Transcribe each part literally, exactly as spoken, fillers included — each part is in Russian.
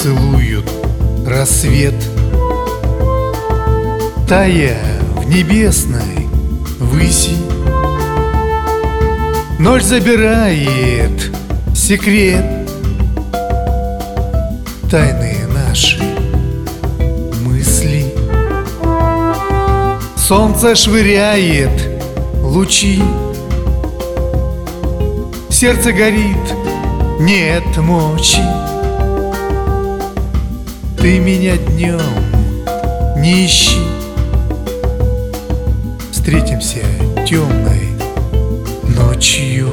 целуют рассвет, тая в небесной выси. Ночь забирает секрет, тайные наши мысли. Солнце швыряет лучи, сердце горит, нет мочи. Ты меня днем не ищи, встретимся темной ночью.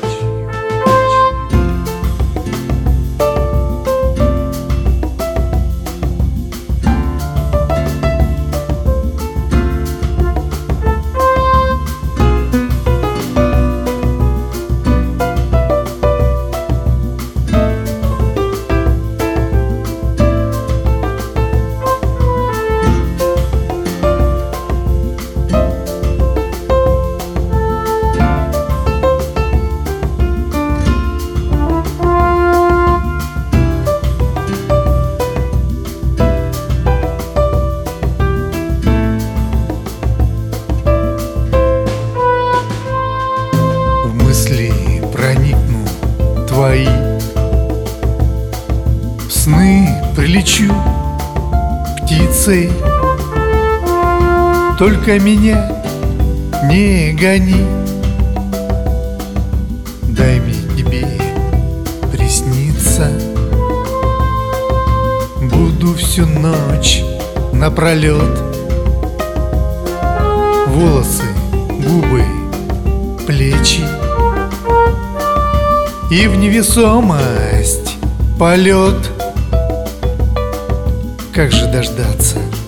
Проникну твои, в сны прилечу птицей. Только меня не гони, дай мне тебе присниться. Буду всю ночь напролет, волосы, губы, плечи, и в невесомость полет. Как же дождаться